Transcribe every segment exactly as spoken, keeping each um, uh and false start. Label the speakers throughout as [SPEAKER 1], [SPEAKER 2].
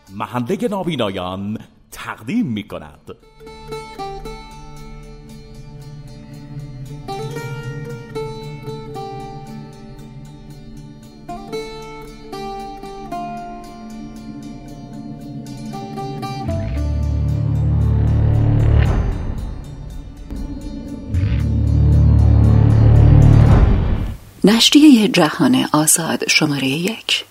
[SPEAKER 1] محله نابینایان تقدیم می کند.
[SPEAKER 2] نشریه جهان آزاد شماره یک.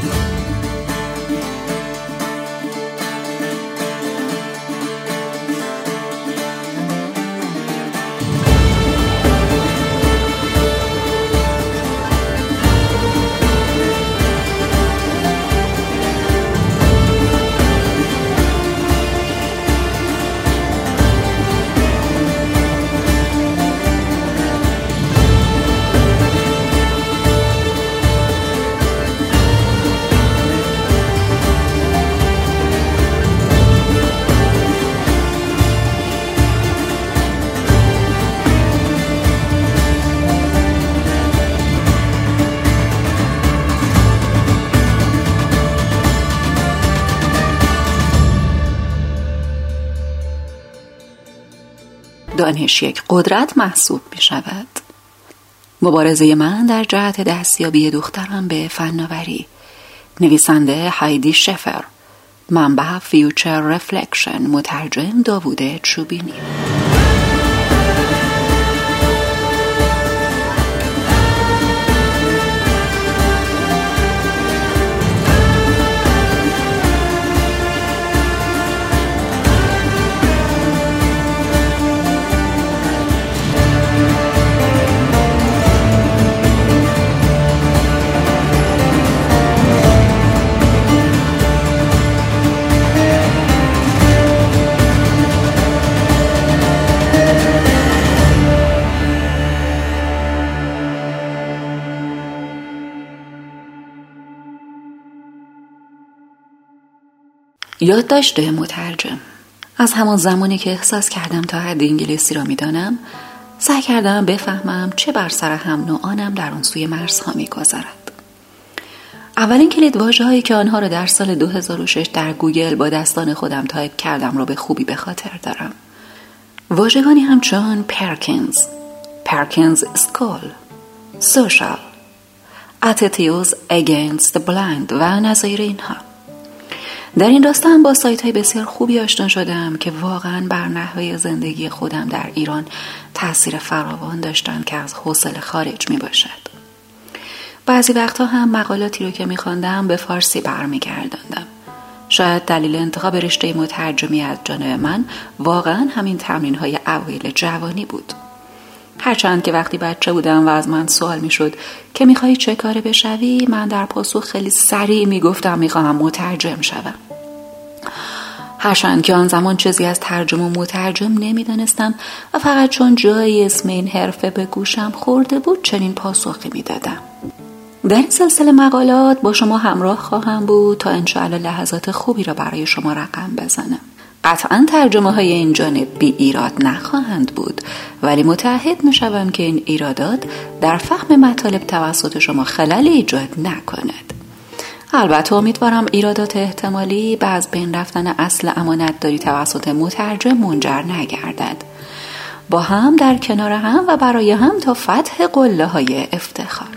[SPEAKER 2] دانش یک قدرت محسوب می شود. مبارزه من در جهت دستیابی دخترم به فناوری. نویسنده هایدی شفر. منبع فیوچر رفلکشن. مترجم داوود چوبینی. یادداشت مترجم. از همان زمانی که احساس کردم تا حد انگلیسی را می‌دانم، سعی کردم بفهمم چه بر سر هم نوعانم در آن سوی مرزها می‌گذرد. اولین کلید واژه‌هایی که آنها را در سال دو هزار و شش در گوگل با دستان خودم تایپ کردم را به خوبی به خاطر دارم. واژگانی همچون پرکینز، پرکینز اسکول، سوشال، attitudes against the blind و نظایر اینها. در این راستا هم با سایت های بسیار خوبی آشنا شدم که واقعا بر نحوه زندگی خودم در ایران تأثیر فراوان داشتن که از حوصله خارج می باشد. بعضی وقتها هم مقالاتی رو که می خواندم به فارسی برمی گرداندم. شاید دلیل انتخاب رشته مترجمی از جانب من واقعا همین تمرین های اوایل جوانی بود. هرچند که وقتی بچه بودم و از من سوال می شد که می خواهی چه کاره بشوی، من در پاسخ خیلی سریع می گفتم می خواهم مترجم شوم. هرچند که آن زمان چیزی از ترجمه و مترجم نمی دانستم و فقط چون جایی اسم این حرفه به گوشم خورده بود چنین پاسخی می دادم. در این سلسله مقالات با شما همراه خواهم بود تا انشاءالله لحظات خوبی را برای شما رقم بزنم. قطعا ترجمه های این جانب بی ایراد نخواهند بود، ولی متعهد می شوم که این ایرادات در فهم مطالب توسط شما خلل ایجاد نکند. البته امیدوارم ایرادات احتمالی به از بین رفتن اصل امانتداری توسط مترجم منجر نگردد. با هم در کنار هم و برای هم تا فتح قله های افتخار.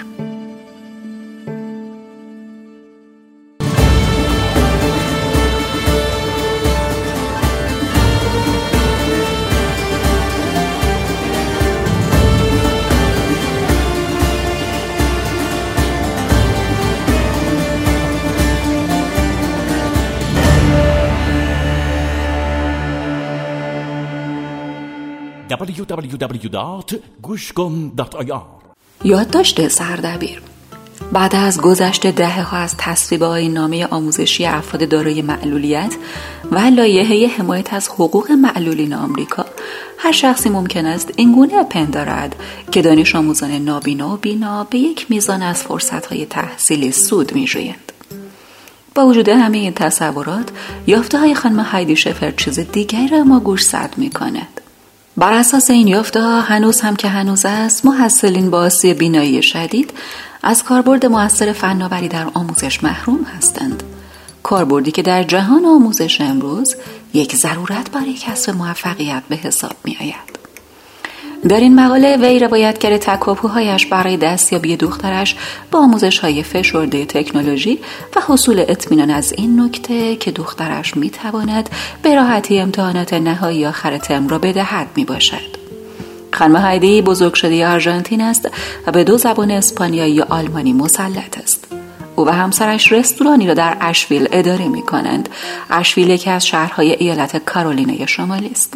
[SPEAKER 1] دبلیو دبلیو دبلیو دات گوشکن دات آی آر.
[SPEAKER 2] یادداشت سردبیر. بعد از گذشت دهه‌ها از تصویب‌های نامه آموزشی افراد دارای معلولیت و لایحه حمایت از حقوق معلولین آمریکا، هر شخصی ممکن است اینگونه پندارد که دانش آموزان نابینا و بینا به یک میزان از فرصت‌های تحصیلی سود می‌جویند. با وجود همه این تصورات، یافته‌های خانم هایدی شفر چیز دیگری را ما گوشزد می‌کند. بر اساس این یافته‌ها هنوز هم که هنوز است، محصلین با آسیب بینایی شدید از کاربرد مؤثر فناوری در آموزش محروم هستند. کاربردی که در جهان آموزش امروز یک ضرورت برای کسب موفقیت به حساب می آید. در این مقاله وی روایت کرده تکاپوهایش برای دستیابی دخترش با آموزش‌های فشرده تکنولوژی و حصول اطمینان از این نکته که دخترش می‌تواند به راحتی امتحانات نهایی آخر ترم را بدهد میباشد. خانم هایدی بزرگ شده آرژانتین است و به دو زبان اسپانیایی و آلمانی مسلط است. او و همسرش رستورانی را در اشویل اداره می‌کنند. اشویل یکی از شهرهای ایالت کارولینای شمالی است.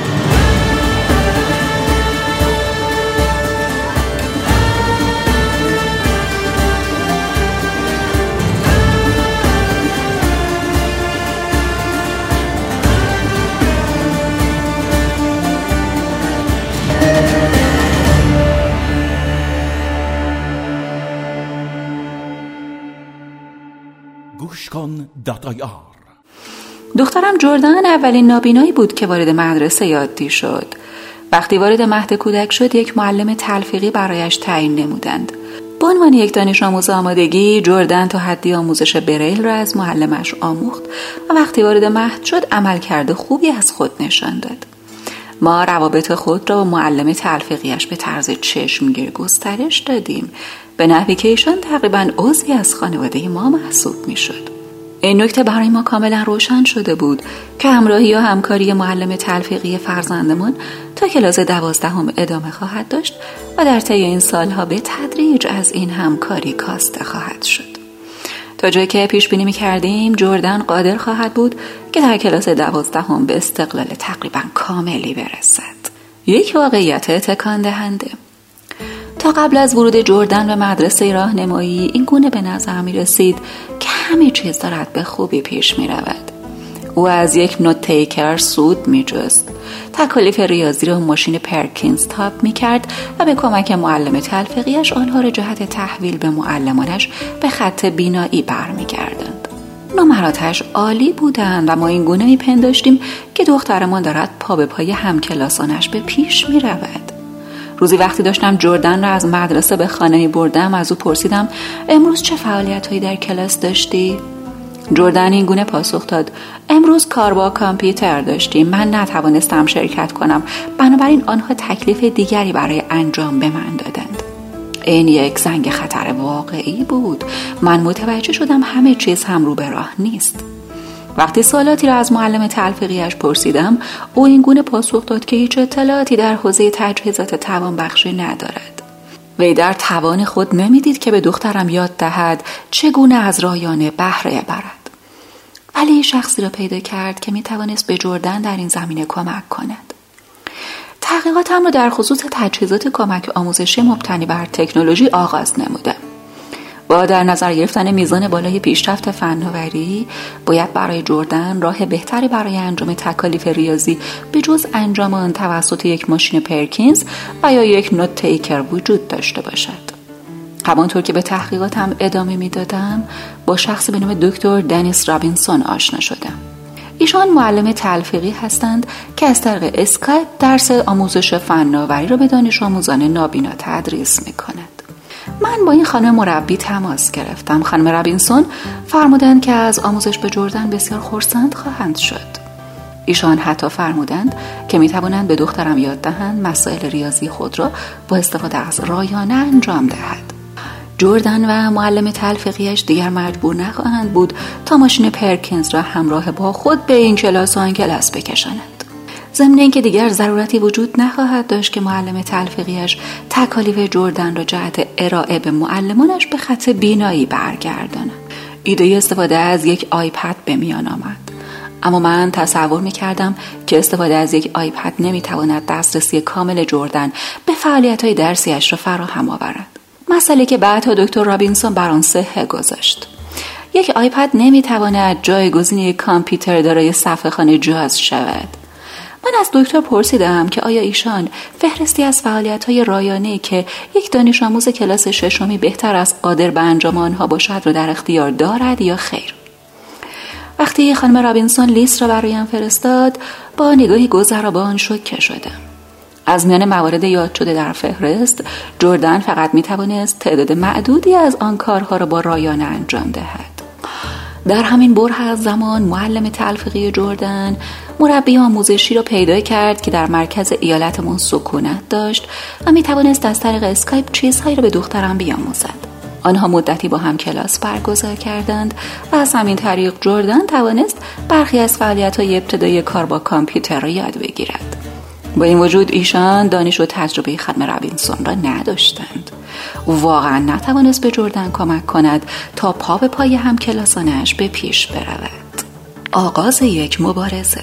[SPEAKER 1] گوش کن دات آی آر.
[SPEAKER 2] دخترم جردن اولین نابینایی بود که وارد مدرسه یادی شد. وقتی وارد مهد کودک شد یک معلم تلفیقی برایش تعیین نمودند. به عنوان یک دانش آموز آمادگی جردن تا حدی آموزش بریل را از معلمش آموخت و وقتی وارد مهد شد عملکرد خوبی از خود نشان داد. ما روابط خود را با معلم تلفیقیش به طرز چشمگیر گسترش دادیم، به نحوی که ایشان تقریباً عضوی از خانواده ما محسوب می شد. این نکته برای ما کاملا روشن شده بود که همراهی یا همکاری معلم تلفیقی فرزندمان تا کلاس دوازدهم ادامه خواهد داشت و در طی این سالها به تدریج از این همکاری کاسته خواهد شد. تا جایی که پیش بینی می‌کردیم جردن قادر خواهد بود که در کلاس دوازدهم به استقلال تقریبا کاملی برسد. یک واقعیت تکان دهنده. تا قبل از ورود جردن به مدرسه راهنمایی این گونه به نظر می رسید که همه چیز دارد به خوبی پیش می رود. او از یک نوت تیکر سود می جست. تکالیف ریاضی را ماشین پرکینز تاپ می کرد و به کمک معلم تلفیقیش آنها را جهت تحویل به معلمانش به خط بینایی برمی گردند. نمراتش عالی بودند و ما این گونه می پنداشتیم که دخترمان دارد پا به پای همکلاسانش به پیش می رود. روزی وقتی داشتم جردن را از مدرسه به خانه می بردم از او پرسیدم امروز چه فعالیت هایی در کلاس داشتی؟ جردن این گونه پاسخ داد امروز کار با کامپیوتر داشتیم، من نتوانستم شرکت کنم، بنابراین آنها تکلیف دیگری برای انجام به من دادند. این یک زنگ خطر واقعی بود. من متوجه شدم همه چیز هم رو به راه نیست. وقتی سوالاتی را از معلم تلفیقیش پرسیدم او این گونه پاسخ داد که هیچ اطلاعاتی در حوزه تجهیزات توانبخشی ندارد. وی در توان خود نمیدید که به دخترم یاد دهد چگونه از رایانه بهره برد. ولی شخصی را پیدا کرد که میتوانست به جردن در این زمینه کمک کند. تحقیقاتم را در خصوص تجهیزات کمک آموزشی مبتنی بر تکنولوژی آغاز نمودم. با در نظر گرفتن میزان بالای پیشرفت فناوری باید برای جردن راه بهتری برای انجام تکالیف ریاضی به جز انجام آن توسط یک ماشین پرکینز و یا یک نوت تیکر وجود داشته باشد. همانطور که به تحقیقاتم ادامه میدادم با شخصی به نام دکتر دنیس رابینسون آشنا شدم. ایشان معلم تلفیقی هستند که از طریق اسکایپ درس آموزش فناوری را به دانش آموزان نابینا تدریس می‌کنند. من با این خانم مربی تماس گرفتم. خانم رابینسون فرمودند که از آموزش به جردن بسیار خرسند خواهند شد. ایشان حتی فرمودند که می توانند به دخترم یاد دهند مسائل ریاضی خود را با استفاده از رایانه انجام دهد. جردن و معلم تلفیقیش دیگر مجبور نخواهند بود تا ماشین پرکینز را همراه با خود به این کلاس و آن کلاس بکشانند. ضمن اینکه دیگر ضرورتی وجود نخواهد داشت که معلم تلفیقیش تکالیف جردن را جهت ارائه به معلمانش به خط بینایی برگرداند. ایده استفاده از یک آیپد به میان آمد. اما من تصور می‌کردم که استفاده از یک آیپد نمی‌تواند دسترسی کامل جردن به فعالیت‌های درسیش را فراهم آورد. مسئله که بعدها دکتر رابینسون بر آن صحه گذاشت. یک آیپد نمی‌تواند جایگزین یک کامپیوتر دارای صفحه‌خوان جاز شود. من از دکتر پرسیدم که آیا ایشان فهرستی از فعالیت‌های رایانه‌ای که یک دانش آموز کلاس ششمی بهتر از قادر به انجام آنها باشد را در اختیار دارد یا خیر. وقتی خانم رابینسون لیست را برایم فرستاد با نگاهی گذرا به آن شوکه شدم. از میان موارد یاد شده در فهرست جردن فقط می‌توانست تعداد معدودی از آن کارها را با رایانه انجام دهد. در همین بره از زمان معلم تلفیقی جردن مربی آموزشی را پیدا کرد که در مرکز ایالتمون سکونت داشت و می توانست از طریق اسکایپ چیزهایی را به دخترم بیاموزد. آنها مدتی با هم کلاس برگزار کردند و از همین طریق جردن توانست برخی از فعالیت‌های ابتدایی کار با کامپیوتر را یاد بگیرد. با این وجود ایشان دانش و تجربه خدمه رابینسون را نداشتند. او واقعا نتوانست به جردن کمک کند تا پا به پای هم کلاسانش به پیش برود. آغاز یک مبارزه.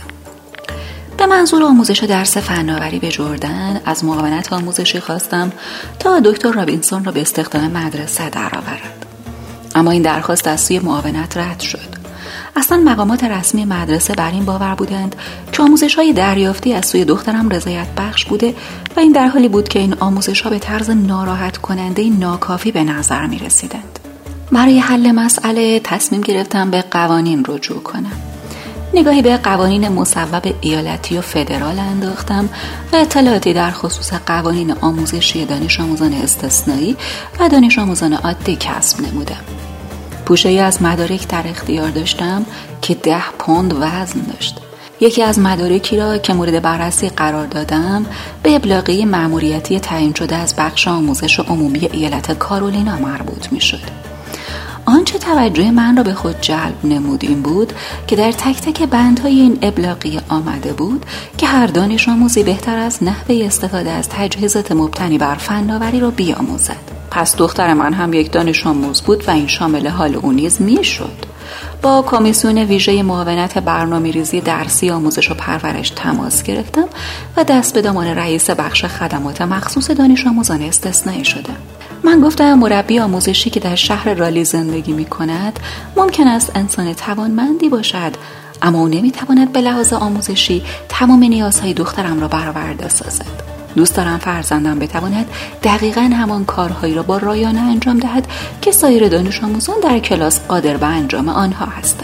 [SPEAKER 2] به منظور آموزش درس فناوری به جردن از معاونت آموزشی خواستم تا دکتر رابینسون را به استخدام مدرسه درآورد. اما این درخواست از سوی معاونت رد شد. اصلا مقامات رسمی مدرسه بر این باور بودند که آموزش‌های دریافتی از سوی دخترم رضایت بخش بوده و این در حالی بود که این آموزش‌ها به طرز ناراحت کننده ناکافی به نظر می رسیدند. برای حل مسئله تصمیم گرفتم به قوانین رجوع کنم. نگاهی به قوانین مصوب ایالتی و فدرال انداختم و اطلاعاتی در خصوص قوانین آموزشی دانش آموزان استثنایی و دانش آموزان عادی کسب نمودم. پوشه‌ای از مدارک در اختیار داشتم که ده پوند وزن داشت. یکی از مدارکی را که مورد بررسی قرار دادم به ابلاغیه مأموریتی تعیین شده از بخش آموزش عمومی ایالت کارولینا مربوط می‌شد. آنچه توجه من را به خود جلب نمود این بود که در تک تک بندهای این ابلاغیه آمده بود که هر دانش آموزی بهتر از نحوه استفاده از تجهیزات مبتنی بر فناوری را بیاموزد. پس دختر من هم یک دانش آموز بود و این شامل حال او نیز میشد. با کمیسیون ویژه معاونت برنامه‌ریزی درسی آموزش و پرورش تماس گرفتم و دست به دامان رئیس بخش خدمات مخصوص دانش آموزان استثنایی شدم. من گفتم مربی آموزشی که در شهر رالی زندگی می کند ممکن است انسان توانمندی باشد، اما او نمی تواند به لحاظ آموزشی تمام نیازهای دخترم را برآورده سازد. دوست دارم فرزندم بتواند دقیقاً همان کارهایی را با رایانه انجام دهد که سایر دانش آموزان در کلاس قادر به انجام آنها هستند.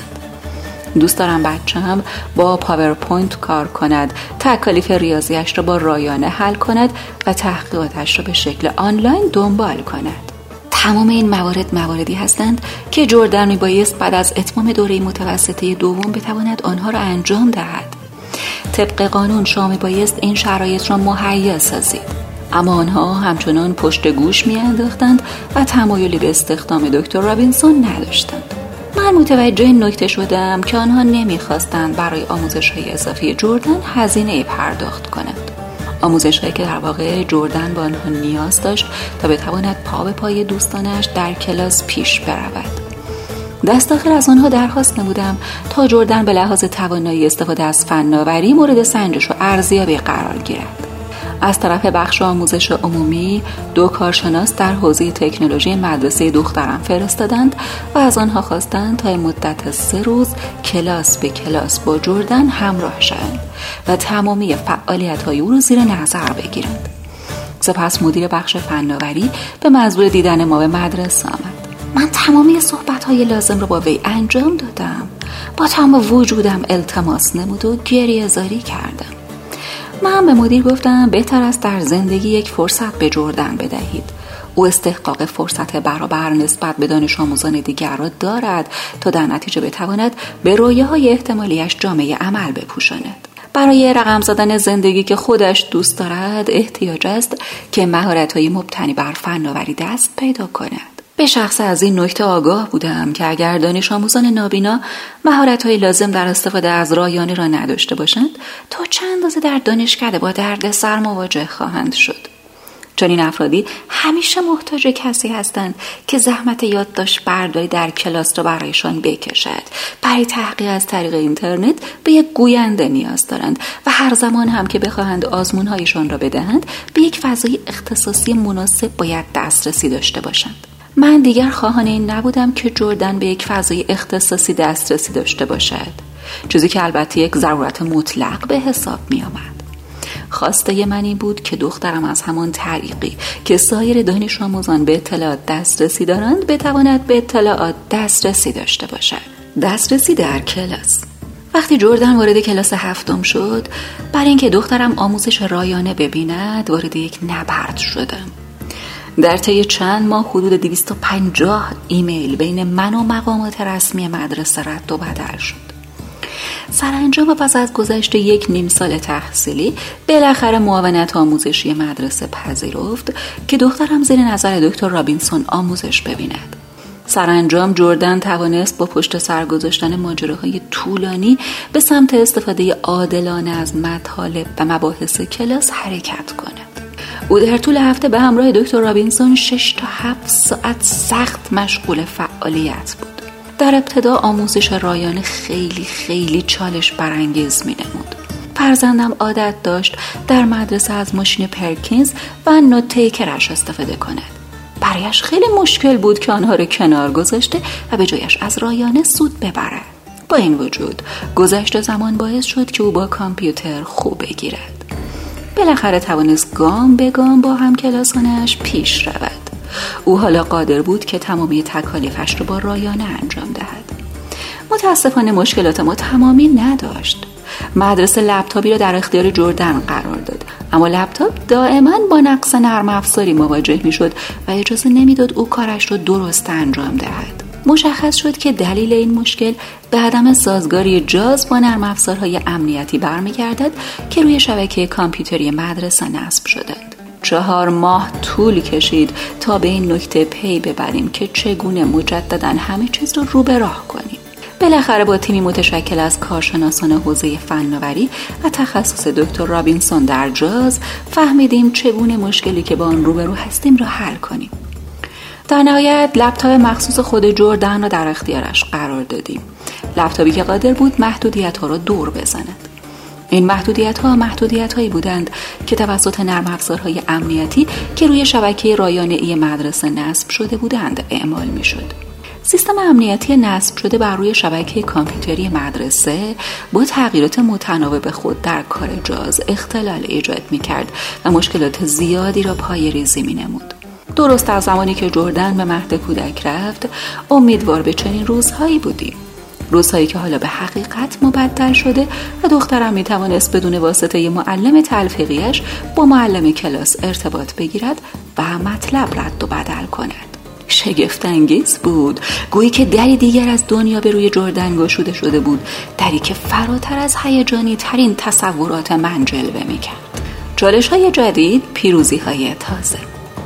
[SPEAKER 2] دوست دارم بچه‌م با پاورپوینت کار کند، تکالیف ریاضیش را با رایانه حل کند و تحقیقاتش را به شکل آنلاین دنبال کند. تمام این موارد مواردی هستند که جردن میبایست بعد از اتمام دوره متوسطه دوم بتواند آنها را انجام دهد. طبق قانون شما میبایست این شرایط را مهیا سازید، اما آنها همچنان پشت گوش میانداختند و تمایلی به استخدام دکتر رابینسون نداشتند. من متوجه این نکته شدم که آنها نمیخواستند برای آموزش‌های اضافی جردن هزینه پرداخت کنند. آموزش‌هایی که در واقع جردن با آنها نیاز داشت تا بتواند پا به پای دوستانش در کلاس پیش برود. دست آخر از آنها درخواست نمودم تا جردن به لحاظ توانایی استفاده از فناوری مورد سنجش و ارزیابی قرار گیرد. از طرف بخش آموزش عمومی دو کارشناس در حوزه تکنولوژی مدرسه دخترم فرستادند و از آنها خواستند تا مدت سه روز کلاس به کلاس با جردن همراه شوند و تمامی فعالیت‌های او را زیر نظر بگیرند. سپس مدیر بخش فناوری به منظور دیدن ما به مدرسه آمد. من تمامی صحبت‌های لازم را با وی انجام دادم. با تمام وجودم التماس نمود و گریه‌زاری کردم. من به مدیر گفتم بهتر است در زندگی یک فرصت به جردن بدهید. او استحقاق فرصت برابر نسبت به دانش آموزان دیگر را دارد تا در نتیجه بتواند به رویاهای احتمالیش جامعه عمل بپوشاند. برای رقم زدن زندگی که خودش دوست دارد احتیاج است که مهارت‌های مبتنی بر فناوری دست پیدا کند. به شخص از این نکته آگاه بودم که اگر دانش آموزان نابینا مهارت‌های لازم در استفاده از رایانه را نداشته باشند تا چند اندازه در دانشکده با دردسر مواجه خواهند شد. چون این افرادی همیشه محتاج کسی هستند که زحمت یادداشت برداری در کلاس را برایشان بکشد. برای تحقیق از طریق اینترنت به یک گوینده نیاز دارند و هر زمان هم که بخواهند آزمون‌هایشان را بدهند به یک فضای اختصاصی مناسب باید دسترسی داشته باشند. من دیگر خواهان این نبودم که جردن به یک فضای اختصاصی دسترسی داشته باشد، چیزی که البته یک ضرورت مطلق به حساب می آمد. خواسته من این بود که دخترم از همان طریقی که سایر دانش آموزان به اطلاعات دسترسی دارند بتواند به اطلاعات دسترسی داشته باشد. دسترسی در کلاس. وقتی جردن وارد کلاس هفتم شد، برای اینکه دخترم آموزش رایانه ببیند وارد یک نبرد شدم. در طی چند ماه حدود دویست و پنجاه ایمیل بین من و مقامات رسمی مدرسه رد و بدل شد. سرانجام پس از گذشت یک نیم سال تحصیلی بالاخره معاونت آموزشی مدرسه پذیرفت که دخترم زیر نظر دکتر رابینسون آموزش ببیند. سرانجام جردن توانست با پشت سر گذاشتن ماجراهای طولانی به سمت استفاده عادلانه از مطالب و مباحث کلاس حرکت کند. او در طول هفته به همراه دکتر رابینسون شش تا هفت ساعت سخت مشغول فعالیت بود. در ابتدا آموزش رایانه خیلی خیلی چالش برانگیز می نمود. فرزندم عادت داشت در مدرسه از ماشین پرکینز و نوت تیکرش استفاده کند. برایش خیلی مشکل بود که آنها را کنار گذاشته و به جایش از رایانه سود ببرد. با این وجود گذشت زمان باعث شد که او با کامپیوتر خوب بگیرد. بالاخره توانست گام به گام با همکلاسانش پیش رود. او حالا قادر بود که تمامی تکالیفش را با رایانه انجام دهد. متاسفانه مشکلات ما تمامی نداشت. مدرسه لپتاپی را در اختیار جردن قرار داد، اما لپتاپ دائما با نقص نرم افزاری مواجه می شد و اجازه نمیداد او کارش را درست انجام دهد. مشخص شد که دلیل این مشکل به عدم سازگاری جاز با نرم افزارهای امنیتی برمیگردد که روی شبکه کامپیوتری مدرسه نصب شدند. چهار ماه طول کشید تا به این نکته پی ببریم که چگونه مجدداً همه چیز رو رو به راه کنیم. بالاخره با تیمی متشکل از کارشناسان حوزه فناوری و تخصص دکتر رابینسون در جاز فهمیدیم چگونه مشکلی که با آن روبرو هستیم را حل کنیم. در نهایت لپتاپ مخصوص خود جردن را در اختیارش قرار دادیم. لپتاپی که قادر بود محدودیت‌ها را دور بزند. این محدودیت‌ها محدودیت‌هایی بودند که توسط نرم افزارهای امنیتی که روی شبکه رایانه‌ای مدرسه نصب شده بودند اعمال می‌شد. سیستم امنیتی نصب شده بر روی شبکه کامپیوتری مدرسه با تغییرات متناوب خود در کار جاز اختلال ایجاد می‌کرد و مشکلات زیادی را پایه‌ریزی می‌نمود. درست از زمانی که جردن به مهد کودک رفت، امیدوار به چنین روزهایی بودیم. روزهایی که حالا به حقیقت مبدل شده و دخترم می توانست بدون واسطه معلم تلفیقیش با معلم کلاس ارتباط بگیرد و مطلب رد و بدل کند. شگفت انگیز بود، گویی که دری دیگر از دنیا به روی جردن گشوده شده بود، دری که فراتر از هیجانی ترین تصورات من جلوه می کرد. چالش های جدید، پیروزی های تازه.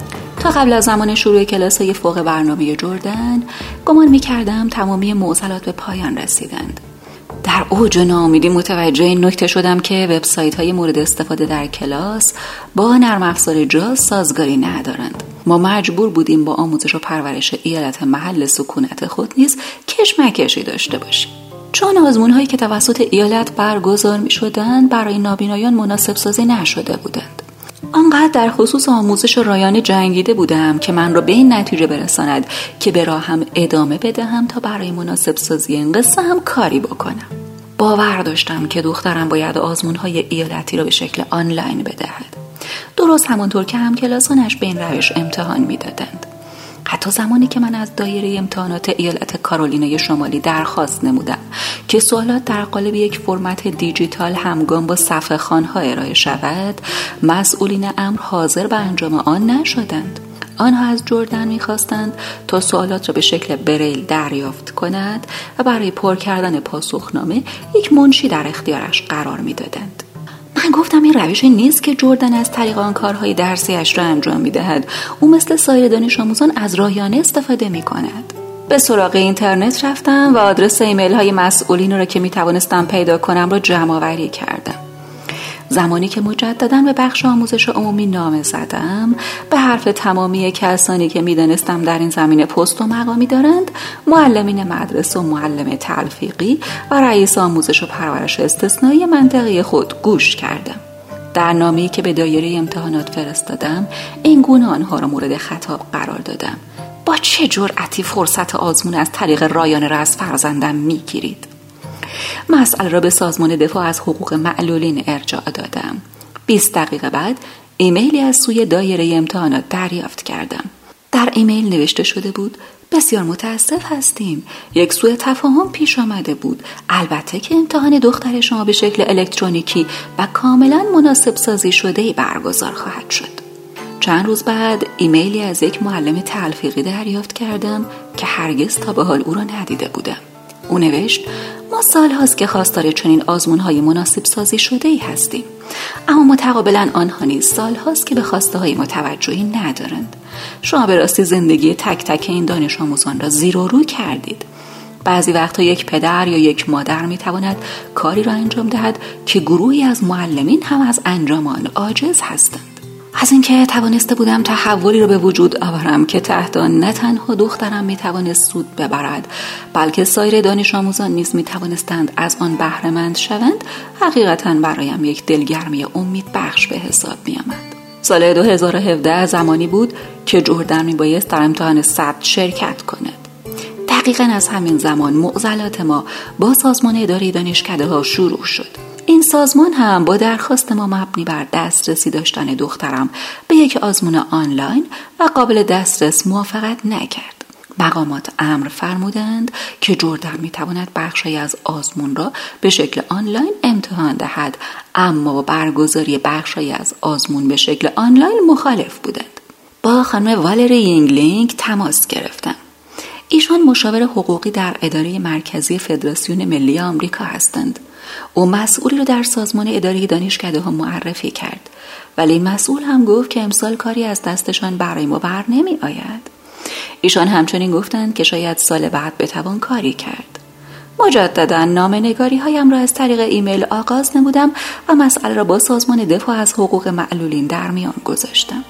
[SPEAKER 2] تا قبل از زمان شروع کلاس‌های فوق برنامه جردن گمان می‌کردم تمامی معضلات به پایان رسیدند. در اوج ناامیدی متوجه این نکته شدم که وبسایت‌های مورد استفاده در کلاس با نرم افزار جاز سازگاری ندارند. ما مجبور بودیم با آموزش و پرورش ایالت محل سکونت خود نیز کشمکشی داشته باشیم. چون آزمون‌هایی که توسط ایالت برگزار می‌شدند برای نابینایان مناسب سازی نشده بودند. آنقدر در خصوص آموزش رایانه جنگیده بودم که من را به این نتیجه برساند که به راهم ادامه بدهم تا برای مناسب سازی این قصه هم کاری بکنم. باور داشتم که دخترم باید آزمون‌های ایالتی را به شکل آنلاین بدهد. درست همانطور که همکلاسانش به این روش امتحان می‌دادند. حتی زمانی که من از دایره امتحانات ایالت کارولینای شمالی درخواست نمودم که سوالات در قالب یک فرمت دیجیتال همگام با صفحه خوان‌ها ارائه شود، مسئولین امر حاضر به انجام آن نشدند. آنها از جردن می‌خواستند تا سوالات را به شکل بریل دریافت کند و برای پر کردن پاسخنامه یک منشی در اختیارش قرار می‌دادند. من گفتم این روشی نیست که جردن از طریق آن کارهای درسیش را انجام می‌دهد. او مثل سایر دانش آموزان از رایانه استفاده می‌کند. به سراغ اینترنت رفتم و آدرس ایمیل های مسئولین را که می‌توانستم پیدا کنم را جمع آوری کردم. زمانی که مجدداً به بخش آموزش عمومی نامه زدم، به حرف تمامی کسانی که می‌دانستم در این زمینه پست و مقامی دارند، معلمین مدرسه و معلم تلفیقی و رئیس آموزش و پرورش استثنایی منطقه خود گوش کردم. در نامه‌ای که به دایره امتحانات فرستادم، این گونه آنها را مورد خطاب قرار دادم: با چه جرأتی فرصت آزمون از طریق رایانه را از فرزندم می‌گیرید؟ مسئله را به سازمان دفاع از حقوق معلولین ارجاع دادم. بیست دقیقه بعد ایمیلی از سوی دایره امتحانات دریافت کردم. در ایمیل نوشته شده بود: بسیار متاسف هستیم، یک سوء تفاهم پیش آمده بود. البته که امتحان دختر شما به شکل الکترونیکی و کاملا مناسب سازی شده برگزار خواهد شد. چند روز بعد ایمیلی از یک معلم تلفیقی دریافت کردم که هرگز تا به حال او را ندیده بودم. او نوشت: ما سال هاست که خواستار چنین آزمون‌های مناسب سازی شده‌ای هستیم، اما متقابلا آنها نیز سال هاست که به خواسته های ما توجهی ندارند. شما به راستی زندگی تک تک این دانش آموزان را زیر و رو کردید. بعضی وقتا یک پدر یا یک مادر میتواند کاری را انجام دهد که گروهی از معلمین هم از انجام آن عاجز هستند. از اینکه توانسته بودم تحولی را به وجود آورم که تحت آن نه تنها دخترم میتوانست سود ببرد، بلکه سایر دانش آموزان نیز میتوانستند از آن بهره مند شوند، حقیقتاً برایم یک دلگرمی امید بخش به حساب میآمد. سال دو هزار و هفده زمانی بود که جردن میبایست در امتحان ثبت شرکت کند. دقیقاً از همین زمان معضلات ما با سازمان اداره دانشکده ها شروع شد. این سازمان هم با درخواست ما مبنی بر دسترسی داشتن دخترم به یک آزمون آنلاین و قابل دسترس موافقت نکرد. مقامات امر فرمودند که جردن میتواند بخشی از آزمون را به شکل آنلاین امتحان دهد، اما با برگزاری بخشی از آزمون به شکل آنلاین مخالف بودند. با خانم والری یینگلینگ تماس گرفتم. ایشان مشاور حقوقی در اداره مرکزی فدراسیون ملی آمریکا هستند. او مسئولی رو در سازمان اداره دانشکده ها معرفی کرد، ولی مسئول هم گفت که امسال کاری از دستشان برای ما بر نمی آید. ایشان همچنین گفتند که شاید سال بعد بتوان کاری کرد. مجددا نامه‌نگاری هایم را از طریق ایمیل آغاز نمودم و مسئله را با سازمان دفاع از حقوق معلولین در میان گذاشتم.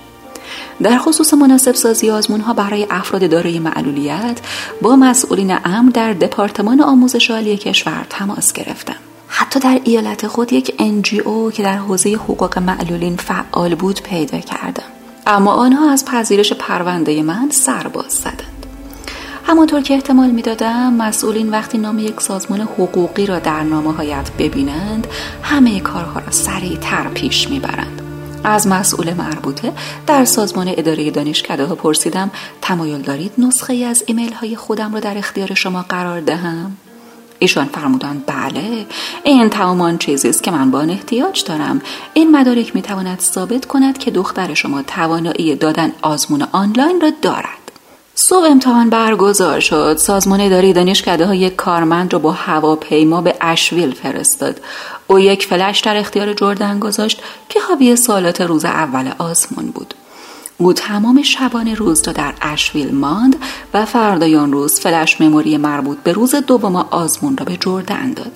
[SPEAKER 2] در خصوص مناسب سازی آزمون ها برای افراد دارای معلولیت با مسئولین امر در دپارتمان آموزش عالی کشور تماس گرفتم. حتی در ایالت خود یک ان جی او که در حوزه حقوق معلولین فعال بود پیدا کردم، اما آنها از پذیرش پرونده من سر باز زدند. همانطور که احتمال می‌دادم مسئولین وقتی نام یک سازمان حقوقی را در نامه‌هایت ببینند همه کارها را سریع‌تر پیش می‌برند. از مسئول مربوطه در سازمان اداره دانشکده ها پرسیدم تمایل دارید نسخه ای از ایمیل های خودم را در اختیار شما قرار دهم؟ ایشان فرمودند بله، این تمام آن چیزی است که من با آن احتیاج دارم. این مدارک می تواند ثابت کند که دختر شما توانایی دادن آزمون آنلاین را دارد. صبح امتحان برگزار شد. سازمان اداره دانشکده ها یک کارمند را با هواپیما به اشویل فرستاد. او یک فلش در اختیار جردن گذاشت که حاوی سوالات روز اول آزمون بود. او تمام شبانه روز را در اشویل ماند و فردای آن روز فلش مموری مربوط به روز دوم آزمون را به جردن داد.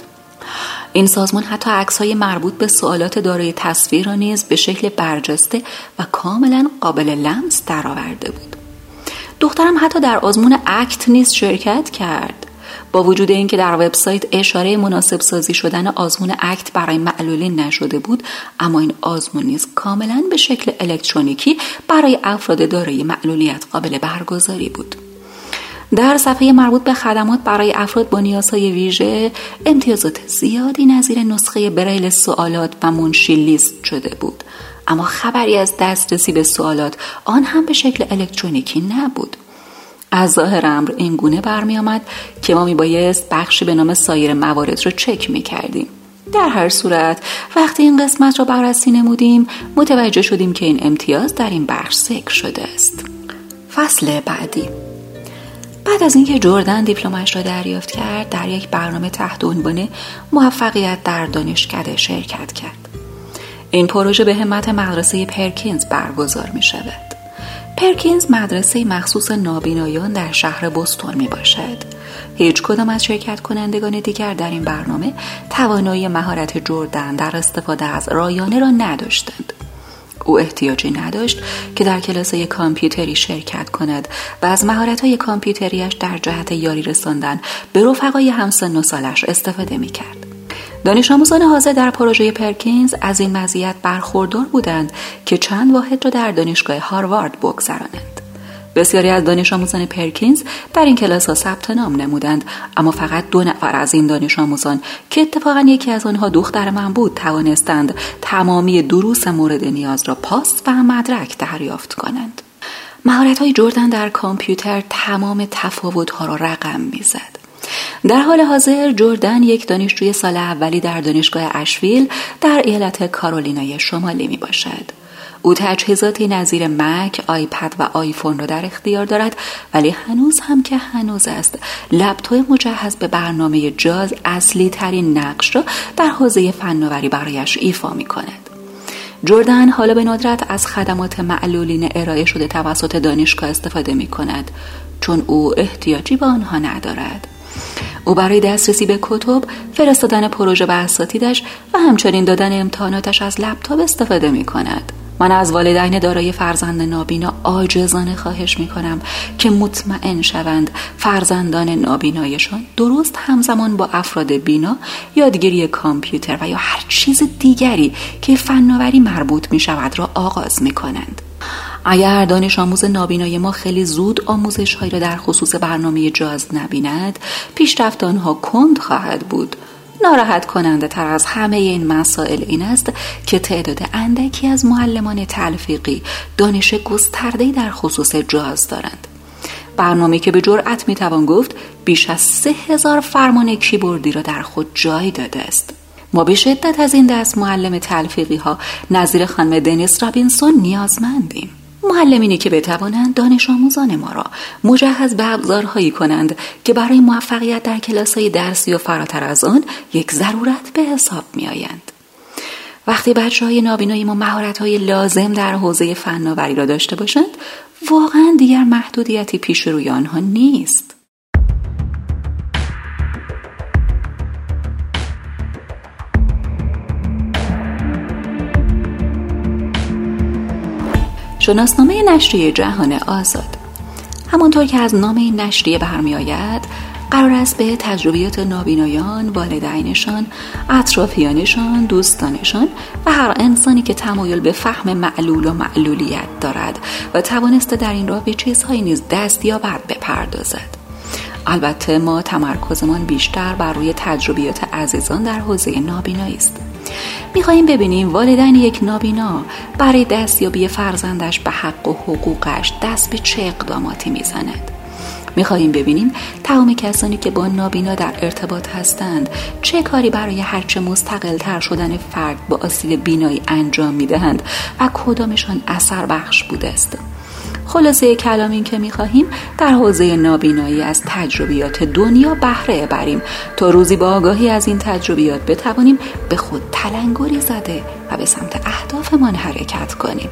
[SPEAKER 2] این سازمان حتی عکس‌های مربوط به سوالات دارای تصویر را نیز به شکل برجسته و کاملا قابل لمس درآورده بود. دخترم حتی در آزمون اکت نیز شرکت کرد. با وجود اینکه در وبسایت اشاره مناسب سازی شدن آزمون اکت برای معلولین نشده بود، اما این آزمون نیز کاملا به شکل الکترونیکی برای افراد دارای معلولیت قابل برگزاری بود. در صفحه مربوط به خدمات برای افراد با نیازهای ویژه امتیازات زیادی نظیر نسخه بریل سوالات و منشی لیست شده بود، اما خبری از دسترسی به سوالات آن هم به شکل الکترونیکی نبود. از ظاهر امر این گونه برمی آمد که ما می بایست بخشی به نام سایر موارد را چک می کردیم. در هر صورت وقتی این قسمت را بررسی نمودیم متوجه شدیم که این امتیاز در این بخش ذکر شده است. فصل بعدی. بعد از اینکه جردن دیپلمش را دریافت کرد، در یک برنامه تحت عنوان موفقیت در دانشکده شرکت کرد. این پروژه به همت مدرسه پرکینز برگزار می شود. پرکینز مدرسه مخصوص نابینایان در شهر بوستون می باشد. هیچ کدام از شرکت کنندگان دیگر در این برنامه توانایی مهارت جردن در استفاده از رایانه را نداشتند. او احتیاجی نداشت که در کلاس یک کامپیوتری شرکت کند و از مهارت‌های کامپیوتریش در جهت یاری رساندن به رفقای همسن و سالش استفاده می کرد. دانش آموزان حاضر در پروژه پرکینز از این مزیت برخوردار بودند که چند واحد را در دانشگاه هاروارد بگذرانند. بسیاری از دانش آموزان پرکینز در این کلاس ها ثبت نام نمودند، اما فقط دو نفر از این دانش آموزان که اتفاقا یکی از آنها دختر من بود توانستند تمامی دروس مورد نیاز را پاس و مدرک دریافت کنند. مهارت‌های جردن در کامپیوتر تمام تفاوت‌ها را رقم می‌زد. در حال حاضر جردن یک دانشجوی سال اولی در دانشگاه اشویل در ایالت کارولینای شمالی می باشد. او تجهیزاتی نظیر مک، آیپد و آیفون را در اختیار دارد، ولی هنوز هم که هنوز است لپتاپ مجهز به برنامه جاز اصلی ترین نقش را در حوزه فناوری برایش ایفا می کند. جردن حالا به ندرت از خدمات معلولین ارائه شده توسط دانشگاه استفاده می کند، چون او احتیاجی به آنها ندارد. او برای دسترسی به کتب، فرستادن پروژه به اساتیدش و همچنین دادن امتحاناتش از لپتاپ استفاده می کند. من از والدین دارای فرزند نابینا عاجزانه خواهش می کنم که مطمئن شوند فرزندان نابینایشان درست همزمان با افراد بینا یادگیری کامپیوتر و یا هر چیز دیگری که فناوری مربوط می شود را آغاز می کنند. اگر دانش آموز نابینای ما خیلی زود آموزش هایی را در خصوص برنامه جاز نبیند، پیشرفت آنها کند خواهد بود. ناراحت کننده تر از همه این مسائل این است که تعداد اندکی از معلمان تلفیقی دانش گسترده‌ای در خصوص جاز دارند. برنامه‌ای که به جرأت میتوان گفت بیش از سه هزار فرمان کیبوردی را در خود جای داده است. ما به شدت از این دست معلم تلفیقی ها نظیر خانم دنیس رابینسون نیازمندیم. معلمینی که بتوانند دانش آموزان ما را مجهز به ابزارهایی کنند که برای موفقیت در کلاس‌های درسی و فراتر از آن یک ضرورت به حساب می آیند. وقتی بچه‌های نابینای ما مهارت‌های لازم در حوزه فناوری را داشته باشند، واقعاً دیگر محدودیتی پیش روی آنها نیست. شناسنامه نشریه جهان آزاد. همانطور که از نام این نشریه برمی آید، قرار است به تجربیات نابینایان، والدینشان، اطرافیانشان، دوستانشان و هر انسانی که تمایل به فهم معلول و معلولیت دارد و توانسته در این راه به چیزهایی نیز دست یابد بپردازد. البته ما تمرکزمان بیشتر بر روی تجربیات عزیزان در حوزه نابینایی است. می‌خواهیم ببینیم والدین یک نابینا برای دستیابی فرزندش به حق و حقوقش دست به چه اقداماتی می‌زند. می‌خواهیم ببینیم تمام کسانی که با نابینا در ارتباط هستند چه کاری برای هرچه مستقل‌تر شدن فرد با آسیب بینایی انجام می‌دهند و کدامشان اثر بخش بوده است. خلاصه کلام این که می‌خواهیم در حوزه نابینایی از تجربیات دنیا بهره بریم تا روزی با آگاهی از این تجربیات بتوانیم به خود تلنگری زده و به سمت اهدافمان حرکت کنیم.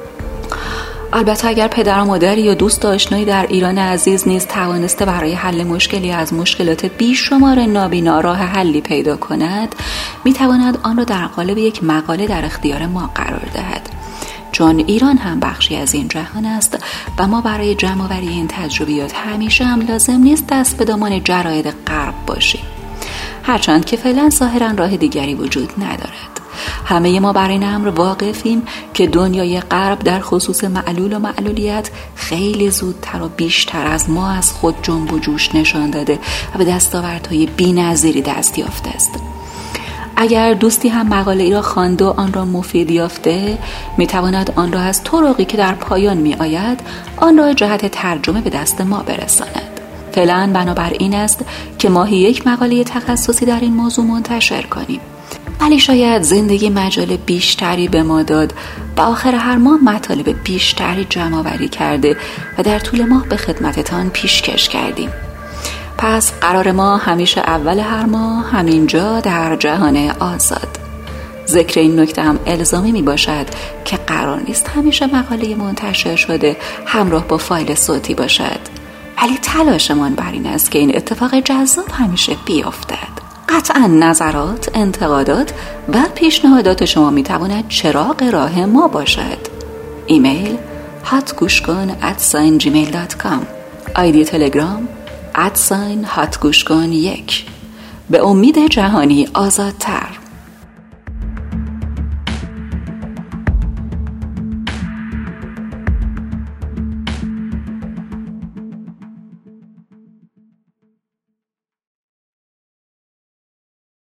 [SPEAKER 2] البته اگر پدر و مادری یا دوست آشنایی در ایران عزیز نیز توانسته برای حل مشکلی از مشکلات بیشمار نابینا راه حلی پیدا کند، می‌تواند آن را در قالب یک مقاله در اختیار ما قرار دهد. چون ایران هم بخشی از این جهان است و ما برای جمع‌آوری این تجربیات همیشه هم لازم نیست دست به دامان جراید غرب باشیم. هرچند که فعلا ظاهراً راه دیگری وجود ندارد. همه ما برای این امر واقفیم که دنیای غرب در خصوص معلول و معلولیت خیلی زودتر و بیشتر از ما از خود جنب و جوش نشان داده و به دستاوردهای بی‌نظیری دست یافته است. اگر دوستی هم مقاله ای را خوانده و آن را مفید یافته، میتواند آن را از طرقی که در پایان می آید آن را جهت ترجمه به دست ما برساند. فعلا بنابر این است که ماهی یک مقاله تخصصی در این موضوع منتشر کنیم. ولی شاید زندگی مجال بیشتری به ما داد و آخر هر ماه مطالب بیشتری جمع‌آوری کرده و در طول ماه به خدمتتان پیشکش کردیم. پس قرار ما همیشه اول هر ماه همینجا در جهان آزاد. ذکر این نکته هم الزامی می باشد که قرار نیست همیشه مقاله منتشر شده همراه با فایل صوتی باشد، ولی تلاشمان بر این است که این اتفاق جذاب همیشه بیفتد. قطعا نظرات، انتقادات و پیشنهادات شما می تواند چراغ راه ما باشد. ایمیل هاتگوشکن ات ساین جیمیل دات کام، آیدی تلگرام ات ساین هاتگوشکن یک. به امید جهانی آزادتر.